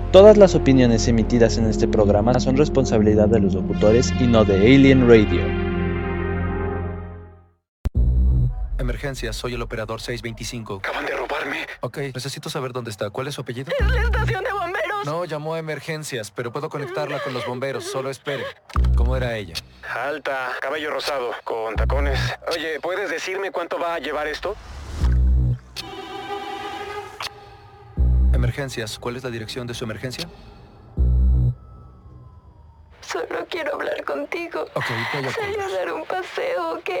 Todas las opiniones emitidas en este programa son responsabilidad de los locutores y no de Alien Radio. Emergencia, soy el operador 625. Acaban de robarme. Ok, necesito saber dónde está. ¿Cuál es su apellido? ¡Es la estación de bomberos! No, llamó a emergencias, pero puedo conectarla con los bomberos. Solo espere. ¿Cómo era ella? Alta, cabello rosado, con tacones. Oye, ¿puedes decirme cuánto va a llevar esto? Emergencias, ¿cuál es la dirección de su emergencia? Solo quiero hablar contigo. Ok, voy a Salí a dar un paseo, ¿ok?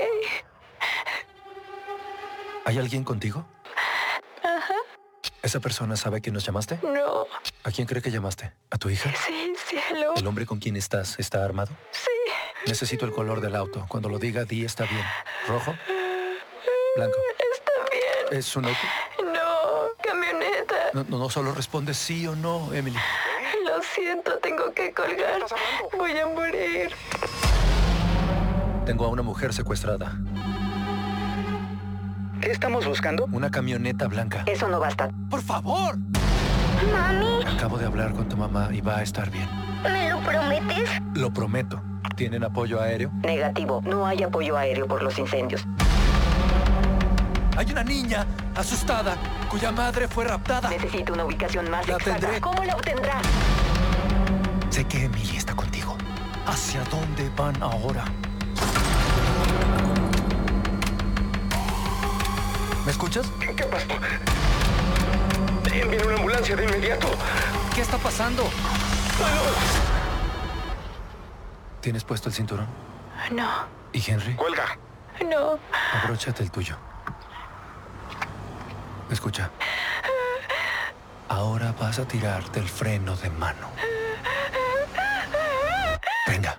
¿Hay alguien contigo? Ajá. ¿Esa persona sabe que nos llamaste? No. ¿A quién cree que llamaste? ¿A tu hija? Sí, cielo. ¿El hombre con quien estás está armado? Sí. Necesito el color del auto. Cuando lo diga, di está bien. ¿Rojo? ¿Blanco? Está bien. ¿Es un auto? No, camioneta. No, solo responde sí o no, Emily. Lo siento, tengo que colgar. Voy a morir. Tengo a una mujer secuestrada. ¿Qué estamos buscando? Una camioneta blanca. Eso no basta. ¡Por favor! Mami, Acabo de hablar con tu mamá y va a estar bien. ¿me lo prometes? Lo prometo. ¿Tienen apoyo aéreo? Negativo. No hay apoyo aéreo por los incendios. Hay una niña asustada cuya madre fue raptada. Necesito una ubicación más La exacta. tendré. ¿Cómo la obtendrá? Sé que Emily está contigo. ¿Hacia dónde van ahora? ¿Me escuchas? ¿Qué pasó? Envíen una ambulancia de inmediato. ¿Qué está pasando? ¿Tienes puesto el cinturón? No, ¿Y Henry? Cuelga. no. Abróchate el tuyo. Escucha. Ahora vas a tirar del freno de mano. Venga.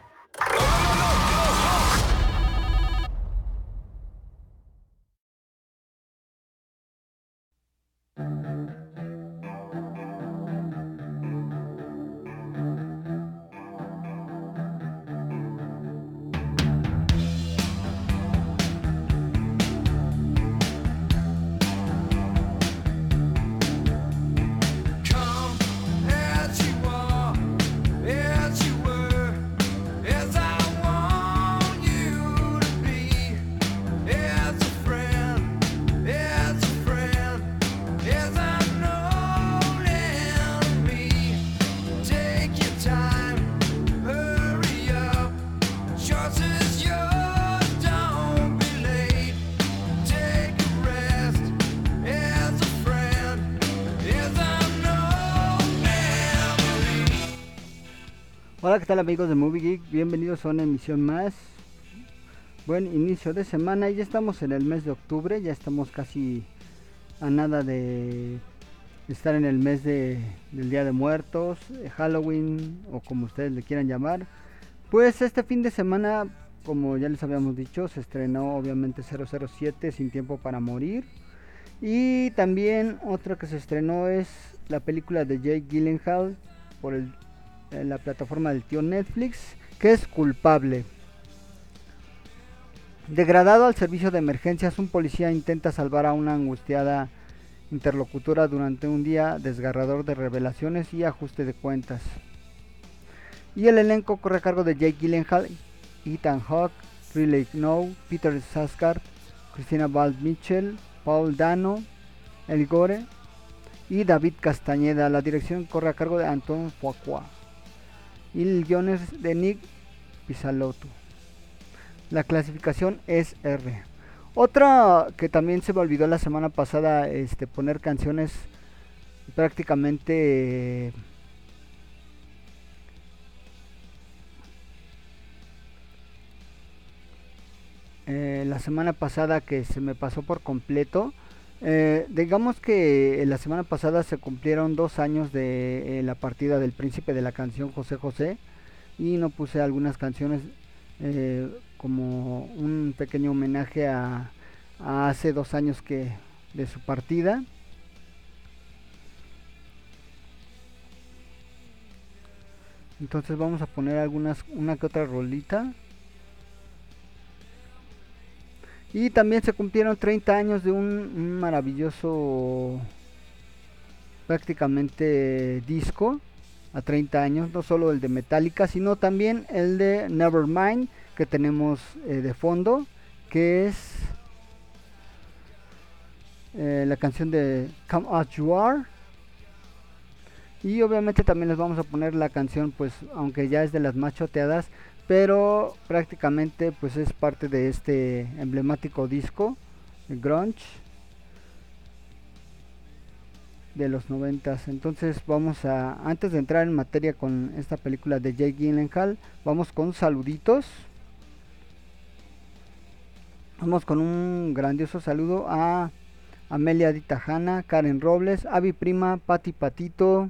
Hola, ¿qué tal amigos de Movie Geek? Bienvenidos a una emisión más. Buen inicio de semana, ya estamos en el mes de octubre, ya estamos casi a nada de estar en el mes del Día de Muertos, Halloween o como ustedes le quieran llamar. Pues este fin de semana, como ya les habíamos dicho, se estrenó obviamente 007 Sin Tiempo para Morir. Y también otra que se estrenó es la película de Jake Gyllenhaal por en la plataforma del tío Netflix, que es Culpable. Degradado al servicio de emergencias, un policía intenta salvar a una angustiada interlocutora durante un día desgarrador de revelaciones y ajuste de cuentas. Y el elenco corre a cargo de Jake Gyllenhaal, Ethan Hawke, Riley Snow, Peter Sarsgaard, Christina Vald Mitchell, Paul Dano, El Gore y David Castañeda. La dirección corre a cargo de Anton Fuqua y el guion es de Nick Pizzolatto. La clasificación es R. Otra que también se me olvidó la semana pasada, poner canciones prácticamente la semana pasada, que se me pasó por completo. Digamos que la semana pasada se cumplieron 2 años de la partida del príncipe de la canción José José, y no puse algunas canciones como un pequeño homenaje a hace 2 años que de su partida. Entonces vamos a poner una que otra rolita. Y también se cumplieron 30 años de un maravilloso prácticamente disco a 30 años, no solo el de Metallica, sino también el de Nevermind que tenemos de fondo, que es la canción de Come As You Are. Y obviamente también les vamos a poner la canción, pues aunque ya es de las más choteadas, pero prácticamente pues es parte de este emblemático disco grunge de los 90s. Entonces vamos a, antes de entrar en materia con esta película de Jake Gyllenhaal, vamos con saluditos. Vamos con un grandioso saludo a Amelia Di Tajana, Karen Robles, Avi Prima, Pati Patito.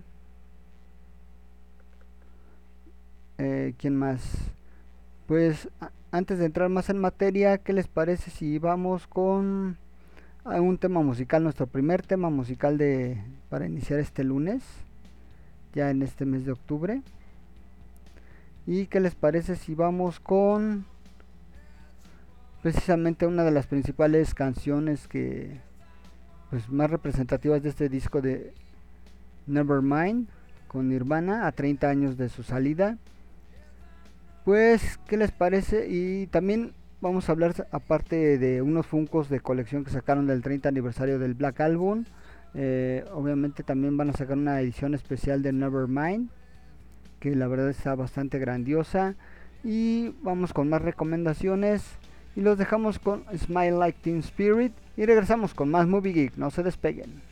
¿Quién más? Pues antes de entrar más en materia, ¿qué les parece si vamos con un tema musical, nuestro primer tema musical para iniciar este lunes, ya en este mes de octubre? ¿Y qué les parece si vamos con precisamente una de las principales canciones que pues más representativas de este disco de Nevermind, con Nirvana, a 30 años de su salida? Pues, ¿qué les parece? Y también vamos a hablar, aparte de unos Funkos de colección que sacaron del 30 aniversario del Black Album. Obviamente también van a sacar una edición especial de Nevermind, que la verdad está bastante grandiosa. Y vamos con más recomendaciones y los dejamos con Smile Like Teen Spirit y regresamos con más Movie Geek. No se despeguen.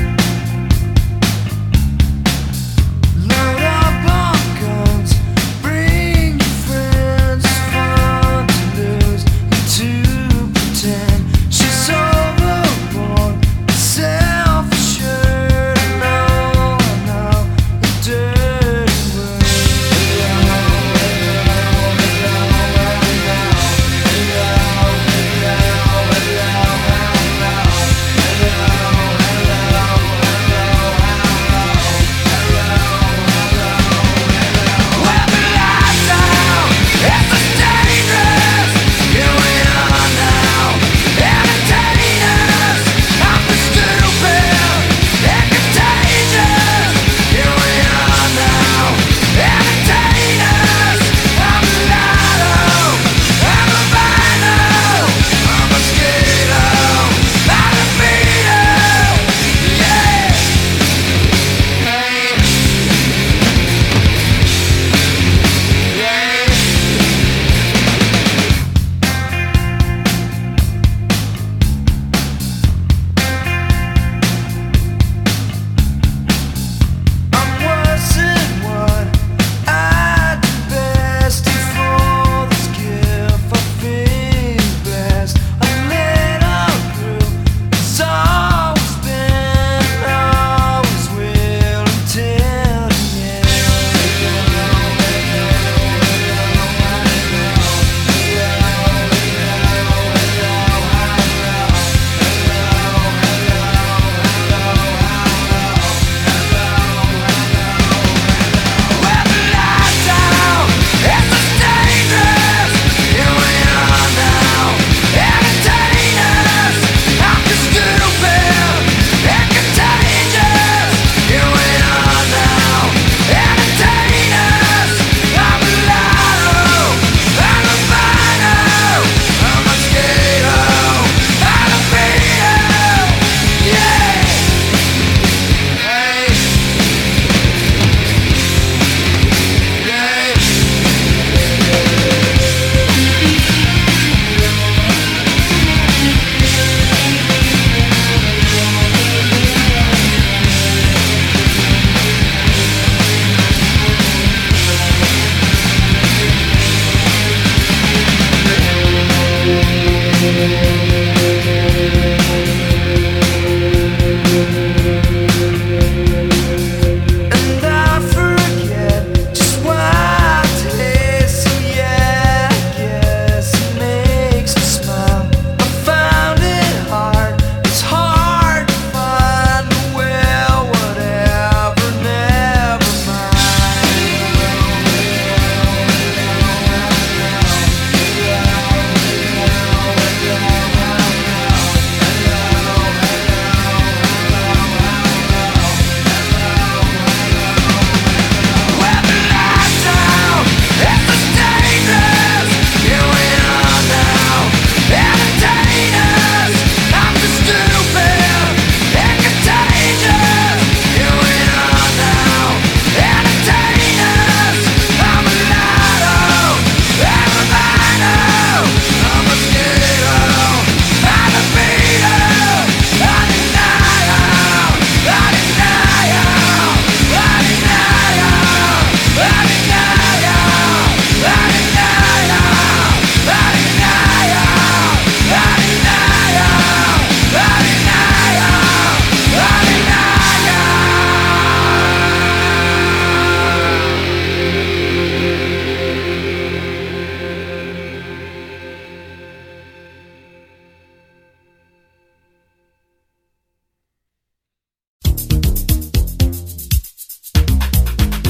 Load up on guns,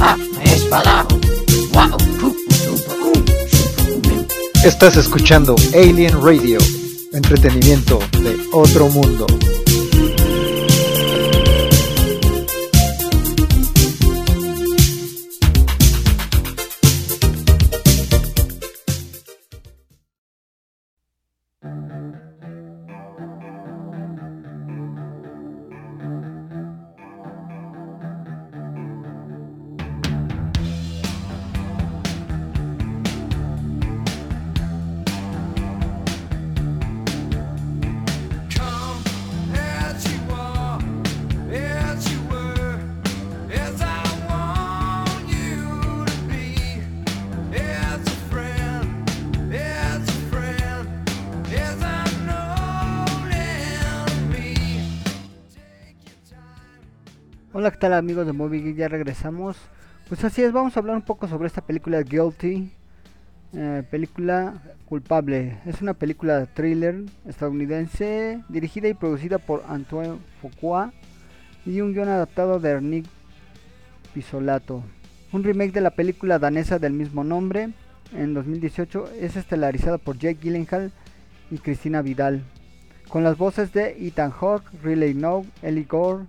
Estás escuchando Alien Radio, entretenimiento de otro mundo. Hola, ¿qué tal amigos de Movie Geek? Ya regresamos. Pues así es, vamos a hablar un poco sobre esta película Guilty, película Culpable. Es una película thriller estadounidense dirigida y producida por Antoine Fuqua y un guion adaptado de Ernie Pisolato. Un remake de la película danesa del mismo nombre en 2018 es estelarizada por Jake Gyllenhaal y Cristina Vidal, con las voces de Ethan Hawke, Riley Knoll, Ellie Gore,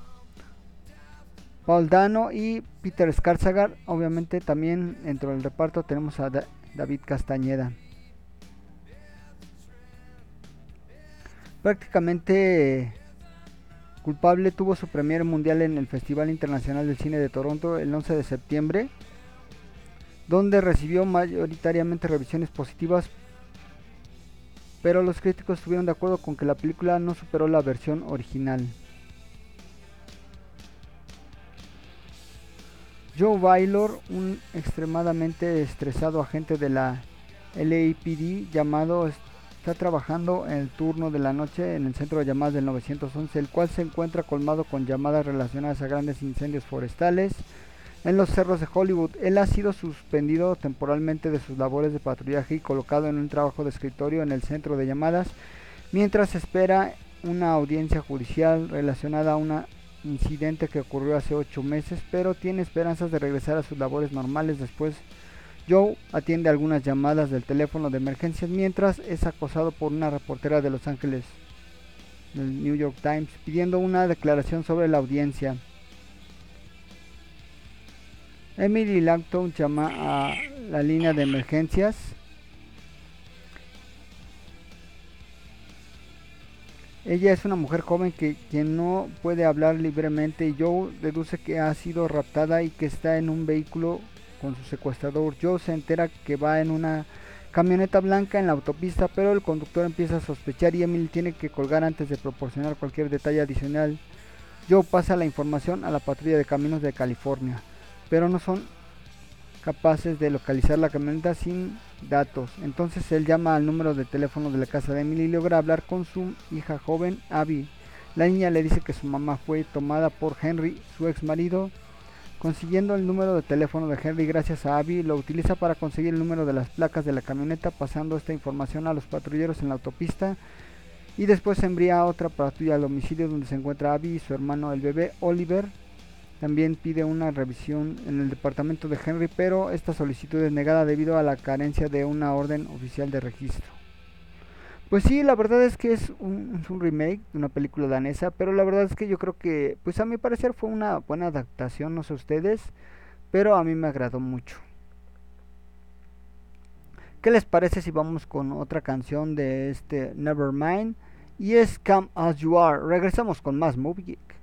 Paul Dano y Peter Skarsgård. Obviamente también dentro del reparto tenemos a David Castañeda. Prácticamente Culpable tuvo su premier mundial en el Festival Internacional del Cine de Toronto el 11 de septiembre, donde recibió mayoritariamente revisiones positivas, pero los críticos estuvieron de acuerdo con que la película no superó la versión original. Joe Baylor, un extremadamente estresado agente de la LAPD llamado, está trabajando en el turno de la noche en el centro de llamadas del 911, el cual se encuentra colmado con llamadas relacionadas a grandes incendios forestales en los cerros de Hollywood. Él ha sido suspendido temporalmente de sus labores de patrullaje y colocado en un trabajo de escritorio en el centro de llamadas mientras espera una audiencia judicial relacionada a una incidente que ocurrió hace 8 meses, pero tiene esperanzas de regresar a sus labores normales después. Joe atiende algunas llamadas del teléfono de emergencias mientras es acosado por una reportera de Los Ángeles del New York Times pidiendo una declaración sobre la audiencia. Emily Langton llama a la línea de emergencias. Ella es una mujer joven que no puede hablar libremente y Joe deduce que ha sido raptada y que está en un vehículo con su secuestrador. Joe se entera que va en una camioneta blanca en la autopista, pero el conductor empieza a sospechar y Emily tiene que colgar antes de proporcionar cualquier detalle adicional. Joe pasa la información a la patrulla de caminos de California, pero no son capaces de localizar la camioneta sin datos. Entonces él llama al número de teléfono de la casa de Emily y logra hablar con su hija joven, Abby. La niña le dice que su mamá fue tomada por Henry, su ex marido. Consiguiendo el número de teléfono de Henry gracias a Abby, lo utiliza para conseguir el número de las placas de la camioneta, pasando esta información a los patrulleros en la autopista, y después envía a otra patrulla al domicilio donde se encuentra Abby y su hermano el bebé Oliver. También pide una revisión en el departamento de Henry, pero esta solicitud es negada debido a la carencia de una orden oficial de registro. Pues sí, la verdad es que es un remake de una película danesa, pero la verdad es que yo creo que, pues a mi parecer fue una buena adaptación, no sé ustedes, pero a mí me agradó mucho. ¿Qué les parece si vamos con otra canción de este Nevermind? Y es Come As You Are. Regresamos con más Movie Geek.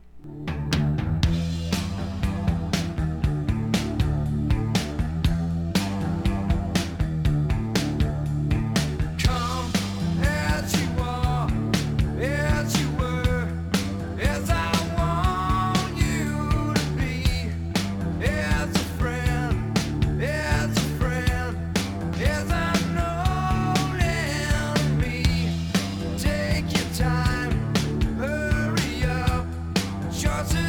Take your time, hurry up. Sure.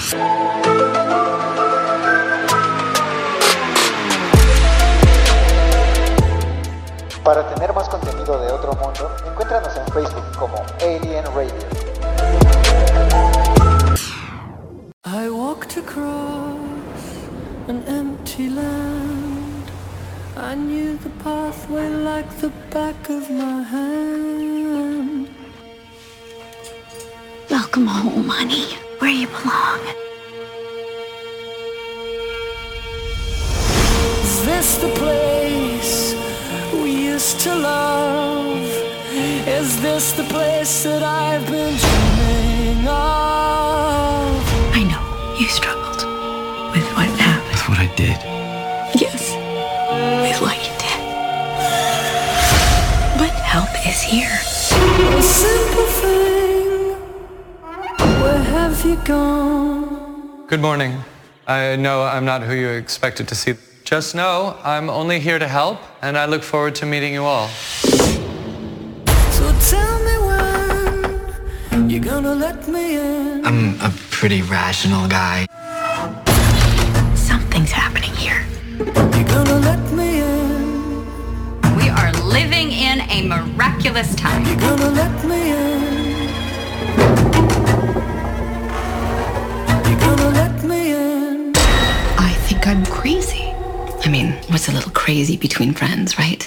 Para tener más contenido de Otro Mundo, encuéntranos en Facebook como Alien Radio. I walked across an empty land. I knew the pathway like the back of my hand. Welcome home, honey. Where you belong. Is this the place we used to love? Is this the place that I've been dreaming of? I know, you struggled with what happened. That's what I did. Yes, with what you did. But help is here. A simple thing. Where have you gone? Good morning. I know I'm not who you expected to see. Just know I'm only here to help, and I look forward to meeting you all. So tell me when you're gonna let me in. I'm a pretty rational guy. Something's happening here. You're gonna let me in. We are living in a miraculous time. You're gonna let me in. You're gonna let me in. I think I'm crazy. I mean, what's a little crazy between friends, right?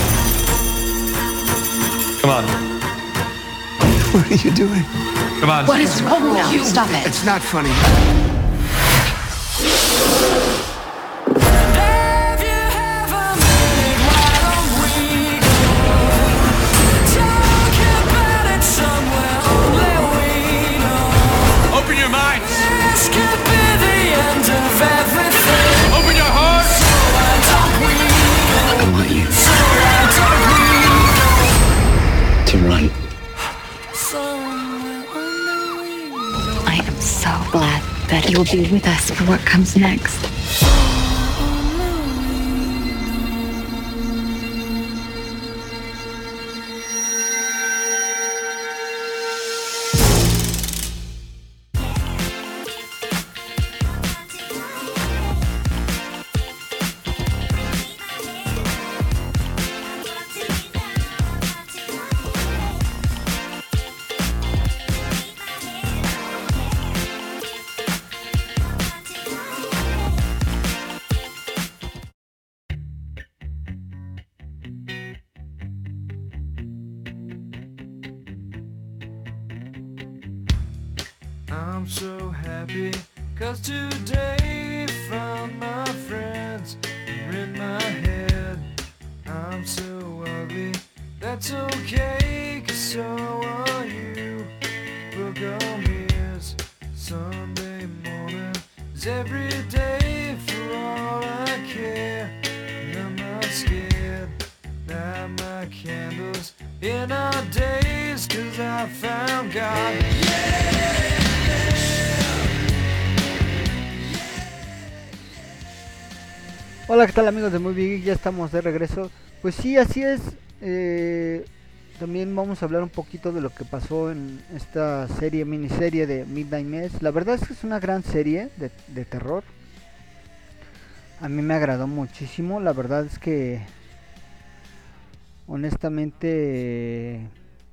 Come on. What are you doing? Come on. What is wrong with you? Stop it. It's not funny. Have you ever made why don't we go? Talk about it somewhere only we know. Open your minds. This could be the end of everything. Open your heart. I want you to run. I am so glad that you'll be with us for what comes next. I'm so happy, 'cause today found my friends are in my head. I'm so ugly, that's okay, 'cause so are you. Book on mirrors, Sunday morning is every day for all I care. And I'm not scared, light my candles in our days, 'cause I found God. Hola, ¿qué tal amigos de Movie Geek? Ya estamos de regreso. Pues sí, así es. También vamos a hablar un poquito de lo que pasó en esta serie, miniserie de Midnight Mass. La verdad es que es una gran serie de terror. A mí me agradó muchísimo. La verdad es que honestamente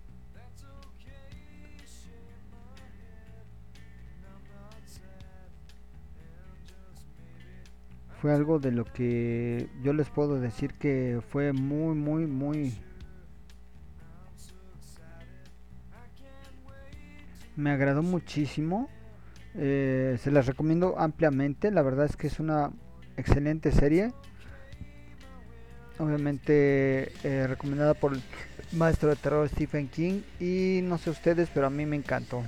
fue algo de lo que yo les puedo decir que fue muy me agradó muchísimo. Se las recomiendo ampliamente. La verdad es que es una excelente serie, obviamente recomendada por el maestro de terror Stephen King, y no sé ustedes, pero a mí me encantó.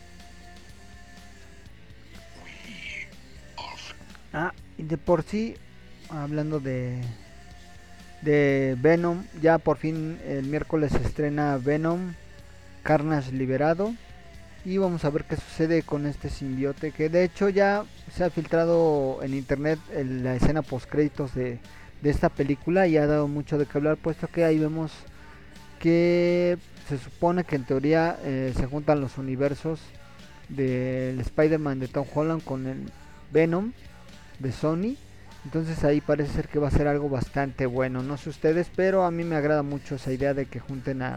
Y de por sí, hablando de Venom, ya por fin el miércoles se estrena Venom Carnage Liberado, y vamos a ver qué sucede con este simbiote, que de hecho ya se ha filtrado en internet la escena post créditos de esta película, y ha dado mucho de qué hablar, puesto que ahí vemos que se supone que en teoría se juntan los universos del Spider-Man de Tom Holland con el Venom de Sony. Entonces ahí parece ser que va a ser algo bastante bueno. No sé ustedes, pero a mí me agrada mucho esa idea de que junten a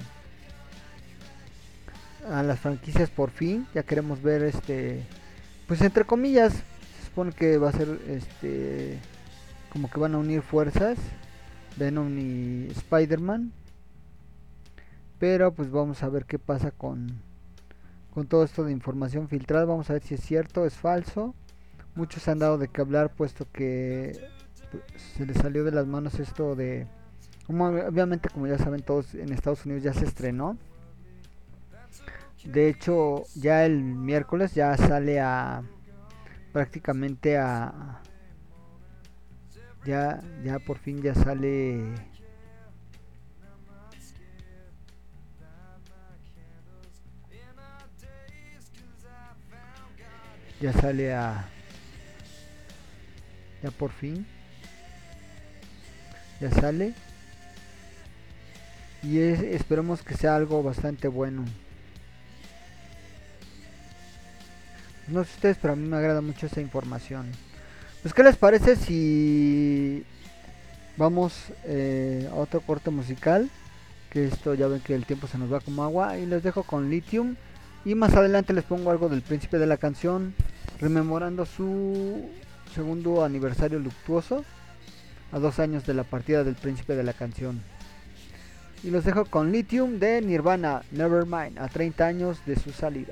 las franquicias por fin. Ya queremos ver pues entre comillas, se supone que va a ser como que van a unir fuerzas Venom y Spider-Man. Pero pues vamos a ver qué pasa con todo esto de información filtrada. Vamos a ver si es cierto, es falso. Muchos han dado de qué hablar, puesto que pues, se les salió de las manos esto de... Obviamente, como ya saben todos, en Estados Unidos ya se estrenó. De hecho, ya el miércoles ya sale prácticamente ya por fin ya sale... Ya sale ya por fin. Ya sale. Y esperemos que sea algo bastante bueno. No sé ustedes, pero a mí me agrada mucho esa información. Pues ¿qué les parece si vamos a otro corte musical? Que esto ya ven que el tiempo se nos va como agua. Y les dejo con Lithium. Y más adelante les pongo algo del Príncipe de la Canción, rememorando su segundo aniversario luctuoso, a 2 años de la partida del Príncipe de la Canción. Y los dejo con Lithium de Nirvana, Nevermind, a 30 años de su salida.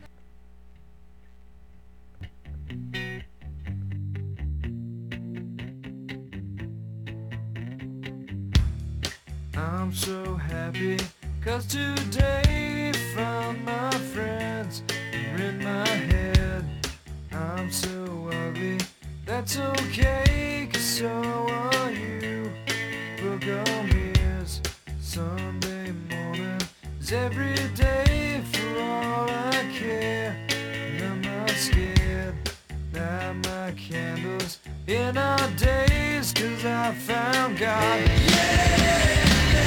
I'm so happy, 'cause today found my friends are in my head. I'm so ugly, that's okay, 'cause so are you. Book on ears, Sunday morning is every day for all I care. And I'm not scared, light my candles in our days, 'cause I found God. Yeah!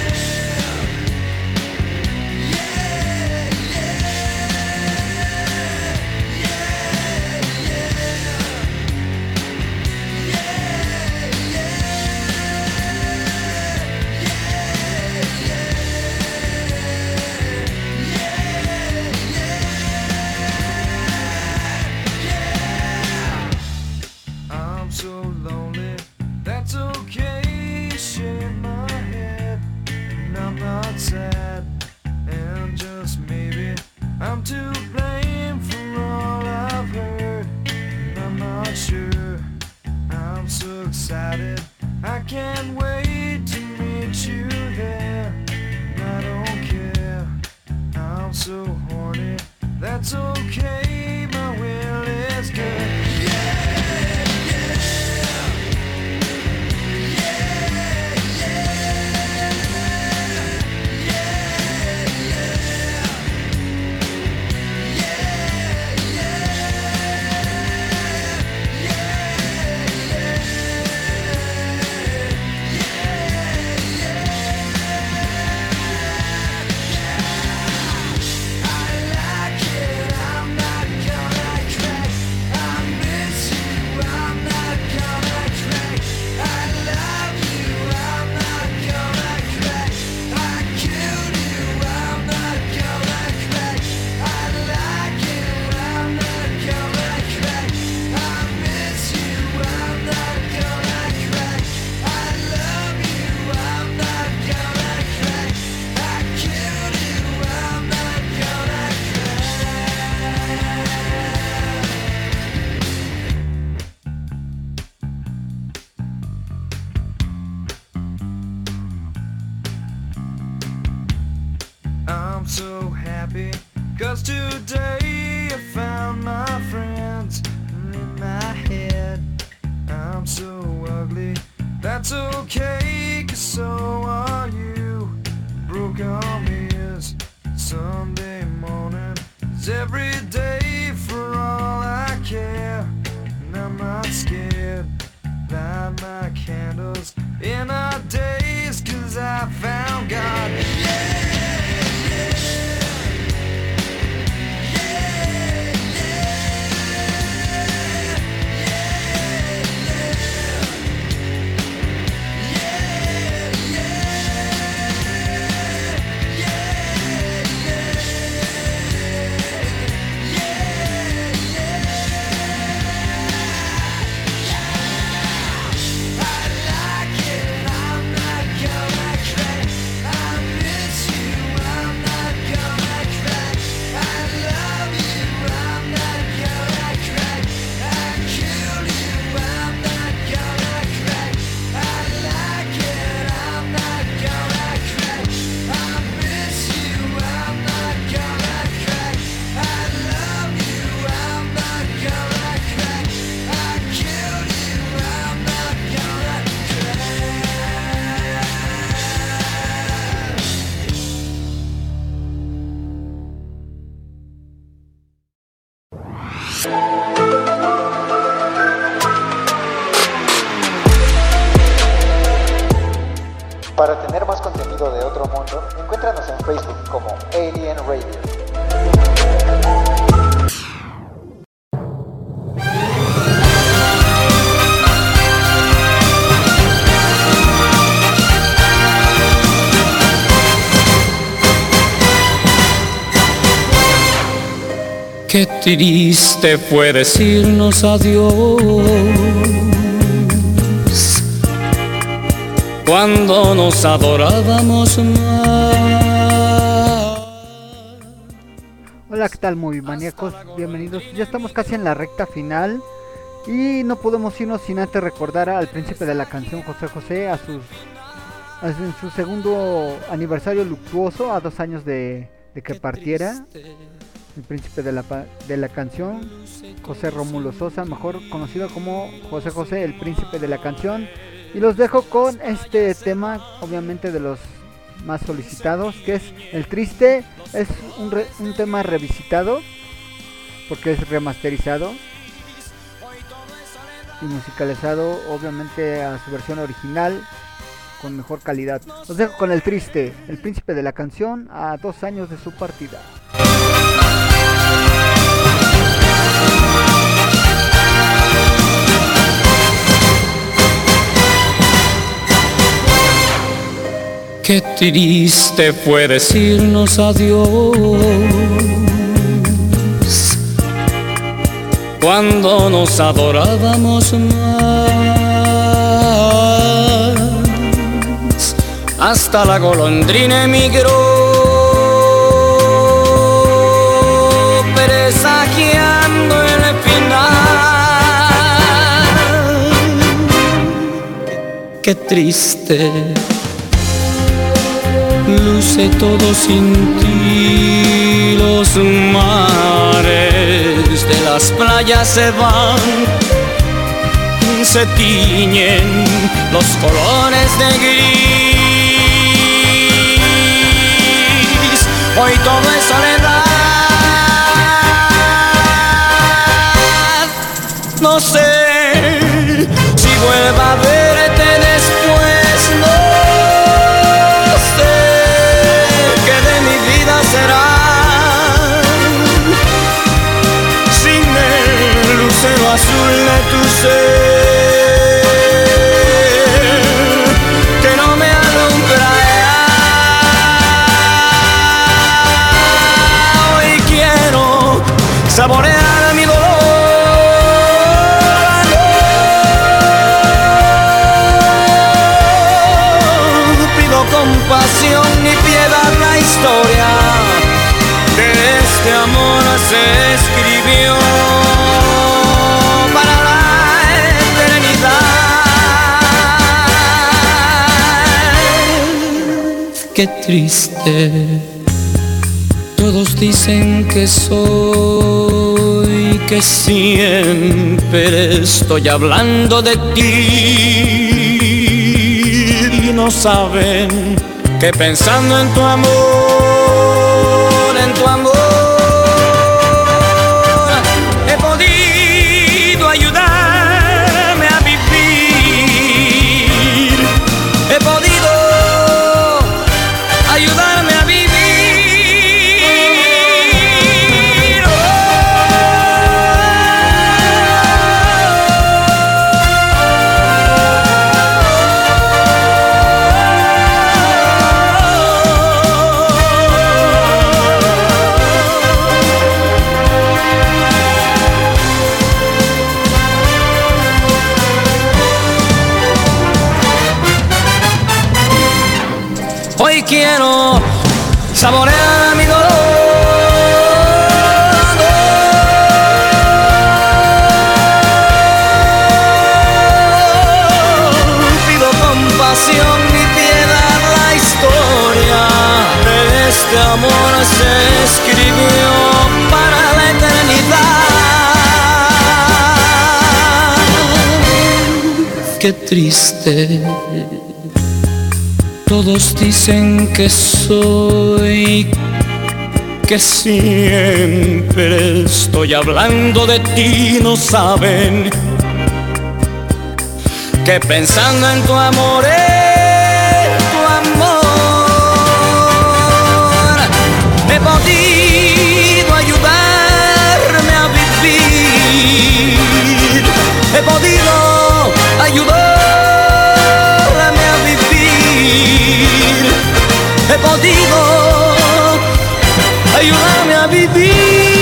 Sad, and just maybe I'm to blame for all I've heard, and I'm not sure. I'm so excited, I can't wait to meet you there. And I don't care, I'm so horny, that's okay, my will is good. I'm so happy, 'cause today I found my friends in my head. I'm so ugly, that's okay, 'cause so are you. Broke arm is Sunday morning, is every day for all I care. And I'm not scared, light my candles in our days, 'cause I found God. Yeah! Yeah, contenido de otro mundo, encuéntranos en Facebook como Alien Radio. Qué triste fue decirnos adiós cuando nos adorábamos más. Hola, ¿qué tal, movimaníacos? Bienvenidos. Ya estamos casi en la recta final y no podemos irnos sin antes recordar al príncipe de la canción, José José, en su segundo aniversario luctuoso, a 2 años de que partiera. El príncipe de la canción, José Rómulo Sosa, mejor conocido como José José, el príncipe de la canción. Y los dejo con este tema, obviamente de los más solicitados, que es El Triste. Es un tema revisitado, porque es remasterizado y musicalizado, obviamente, a su versión original, con mejor calidad. Los dejo con El Triste, el príncipe de la canción, a 2 años de su partida. Qué triste fue decirnos adiós cuando nos adorábamos más. Hasta la golondrina emigró, presagiando el final. Qué triste luce todo sin ti, los mares de las playas se van, se tiñen los colores de gris, hoy todo es soledad. No sé si vuelva a verte después, no será sin el lucero azul de tu ser que no me alumbrará. Hoy quiero saborear mi dolor. No pido compasión ni piedad, la historia de este amor se escribió para la eternidad. Qué triste, todos dicen que soy, que siempre estoy hablando de ti y no saben que pensando en tu amor, he podido ayudarme a vivir, he podido ayudarme a vivir. Hoy quiero saborear mi dolor. Pido compasión y piedad, la historia de este amor se escribió para la eternidad. Qué triste, todos dicen que soy, que siempre estoy hablando de ti, no saben que pensando en tu amor, he podido. Ayúdame a vivir.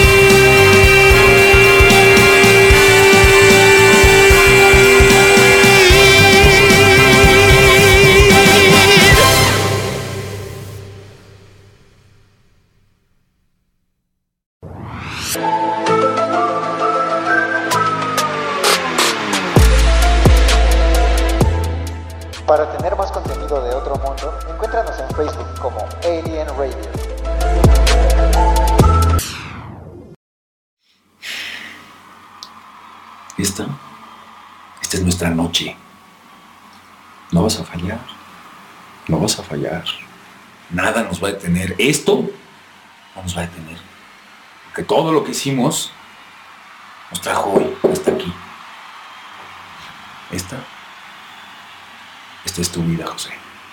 Para tener más contenido de otro mundo, encuéntranos en Facebook como Alien Radio. Esta es nuestra noche. No vas a fallar. No vas a fallar. Nada nos va a detener. Esto no nos va a detener. Porque todo lo que hicimos nos trajo hoy hasta aquí. Esta es tu vida, José.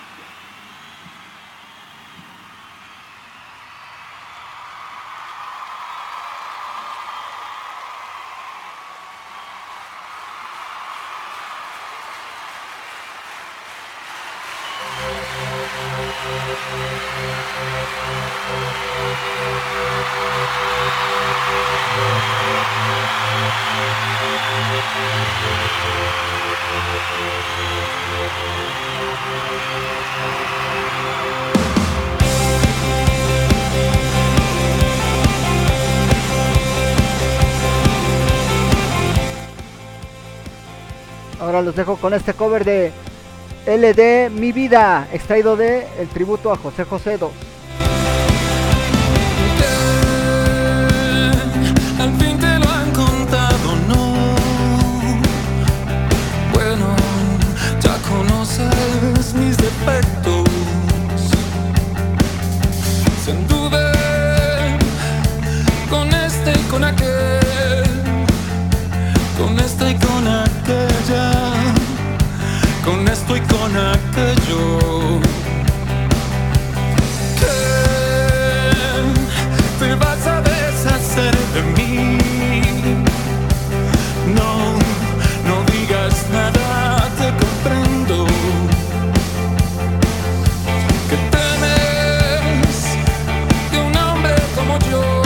Ahora los dejo con este cover de LD Mi Vida, extraído de el tributo a José José 2. Al fin te lo han contado, ¿no? Bueno, ya conoces mis defectos. Se anduve con este y con aquel, con esta y con aquella, con esto y con aquello. ¿Qué te vas a deshacer de mí? No, no digas nada, te comprendo. Que temes que un hombre como yo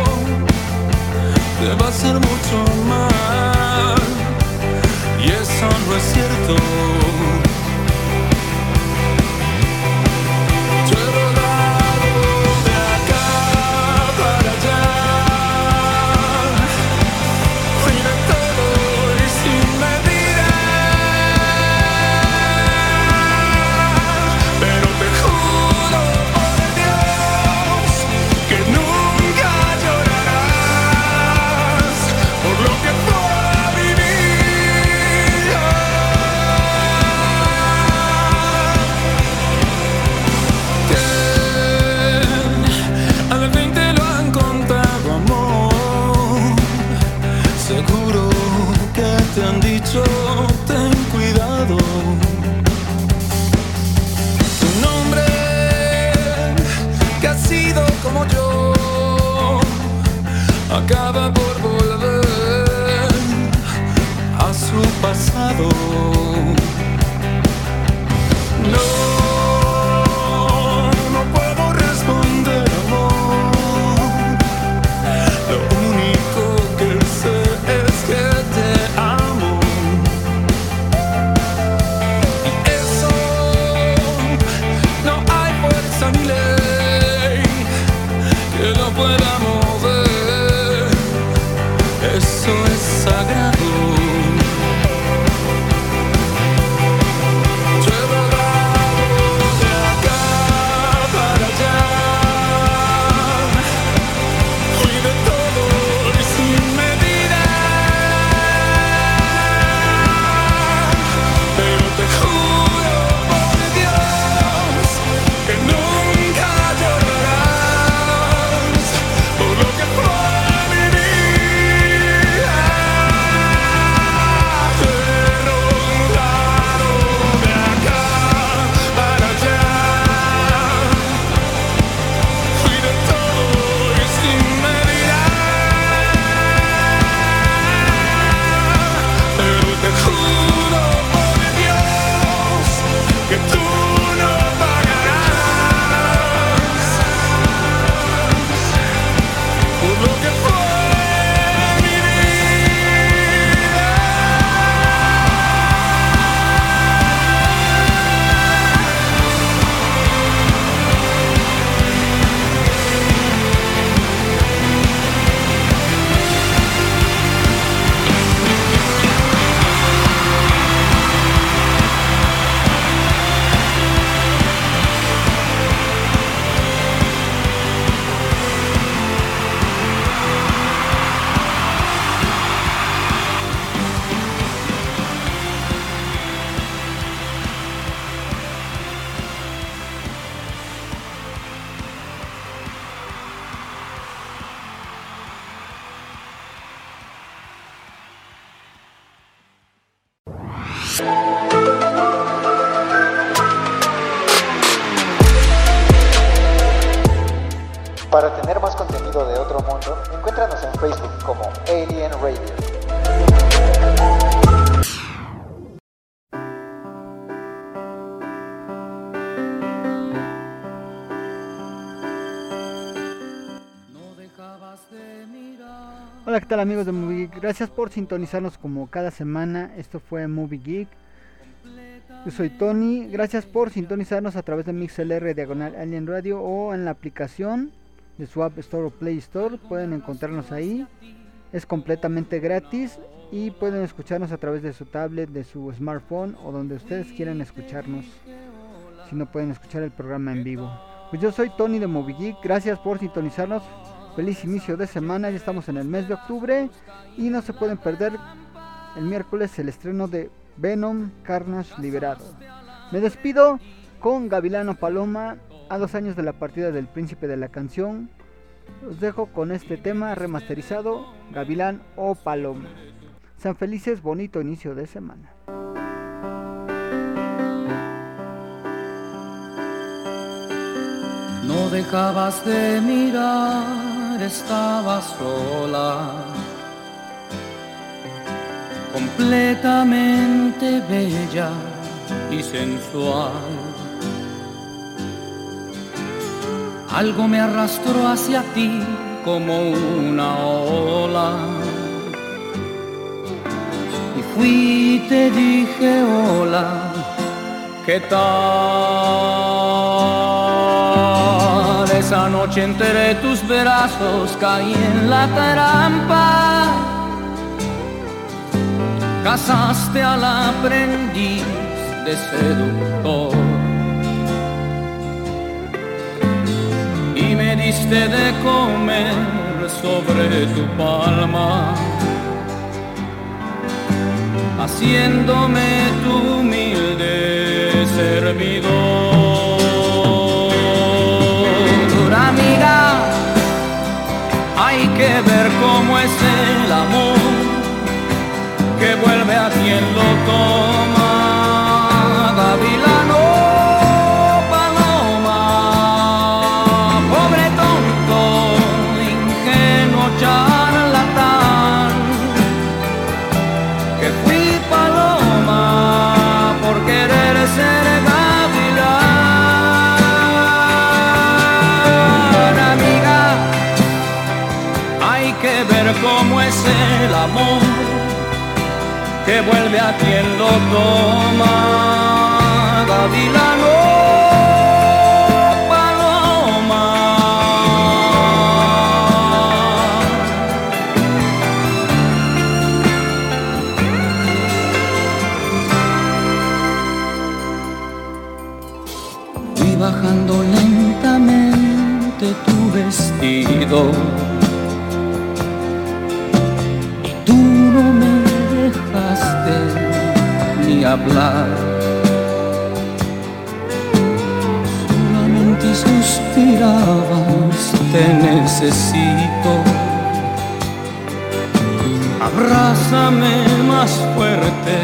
te va a hacer mucho mal, y eso no es cierto. Yo he rodado de acá para allá, fui de todo y sin medida, pero te juro por Dios que nunca llorarás por lo que pueda vivir. Que al fin te lo han contado, amor. Seguro que te han dicho ten cuidado. Un hombre que ha sido como yo acaba por volver a su pasado. No puedo responder, amor. Lo único que sé es que te amo. Y eso no hay fuerza ni ley que lo pueda mover. Para tener más contenido de otro mundo, encuéntranos en Facebook como Alien Radio. Hola, ¿qué tal amigos de Movie Geek? Gracias por sintonizarnos como cada semana. Esto fue Movie Geek. Yo soy Tony. Gracias por sintonizarnos a través de MixLR/Alien Radio o en la aplicación de su App Store o Play Store. Pueden encontrarnos ahí. Es completamente gratis y pueden escucharnos a través de su tablet, de su smartphone o donde ustedes quieran escucharnos. Si no pueden escuchar el programa en vivo. Pues yo soy Tony de Movie Geek. Gracias por sintonizarnos. Feliz inicio de semana, ya estamos en el mes de octubre y no se pueden perder el miércoles el estreno de Venom Carnage Liberado. Me despido con Gavilano Paloma, a 2 años de la partida del príncipe de la canción. Los dejo con este tema remasterizado, Gavilán o Paloma. Sean felices, bonito inicio de semana. No dejabas de mirar, estabas sola, completamente bella y sensual. Algo me arrastró hacia ti como una ola, y fui y te dije hola, ¿qué tal? Esa noche entre tus brazos caí en la trampa. Casaste al aprendiz de seductor y me diste de comer sobre tu palma, haciéndome tu humilde servidor. Amiga, hay que ver cómo es el amor que vuelve a quien lo toma. Gavilano, paloma, pobre tonto, ingenuo charlatán, que fui paloma por querer ser gavilán. Amiga, hay que ver cómo es el amor que vuelve a quien lo toma. Gavilano, paloma. Fui bajando lentamente tu vestido y tú no me dejaste ni hablar, solamente suspirabas, te necesito, abrázame más fuerte,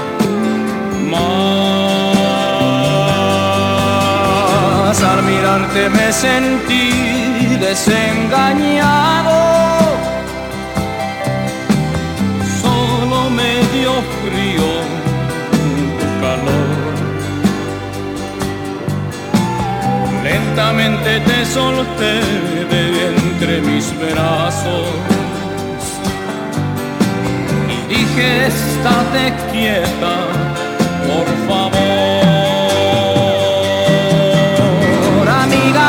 más. Al mirarte me sentí desengañado, frío, tu calor. Lentamente te solté de entre mis brazos y dije, estate quieta, por favor. Amiga,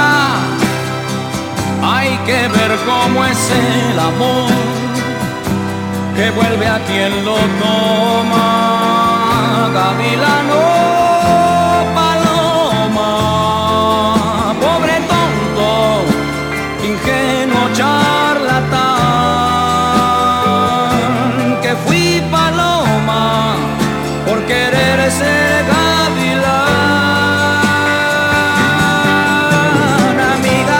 hay que ver cómo es el amor que vuelve a quien lo toma. Gavilano, paloma, pobre tonto, ingenuo charlatán, que fui paloma por querer ser gavilán. Amiga,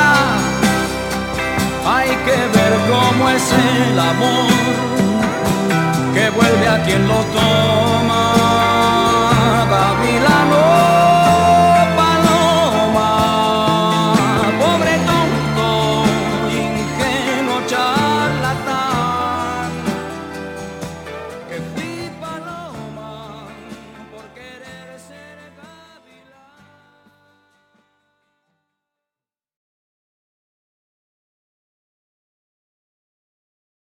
hay que ver cómo es el amor que vuelve a quien lo toma.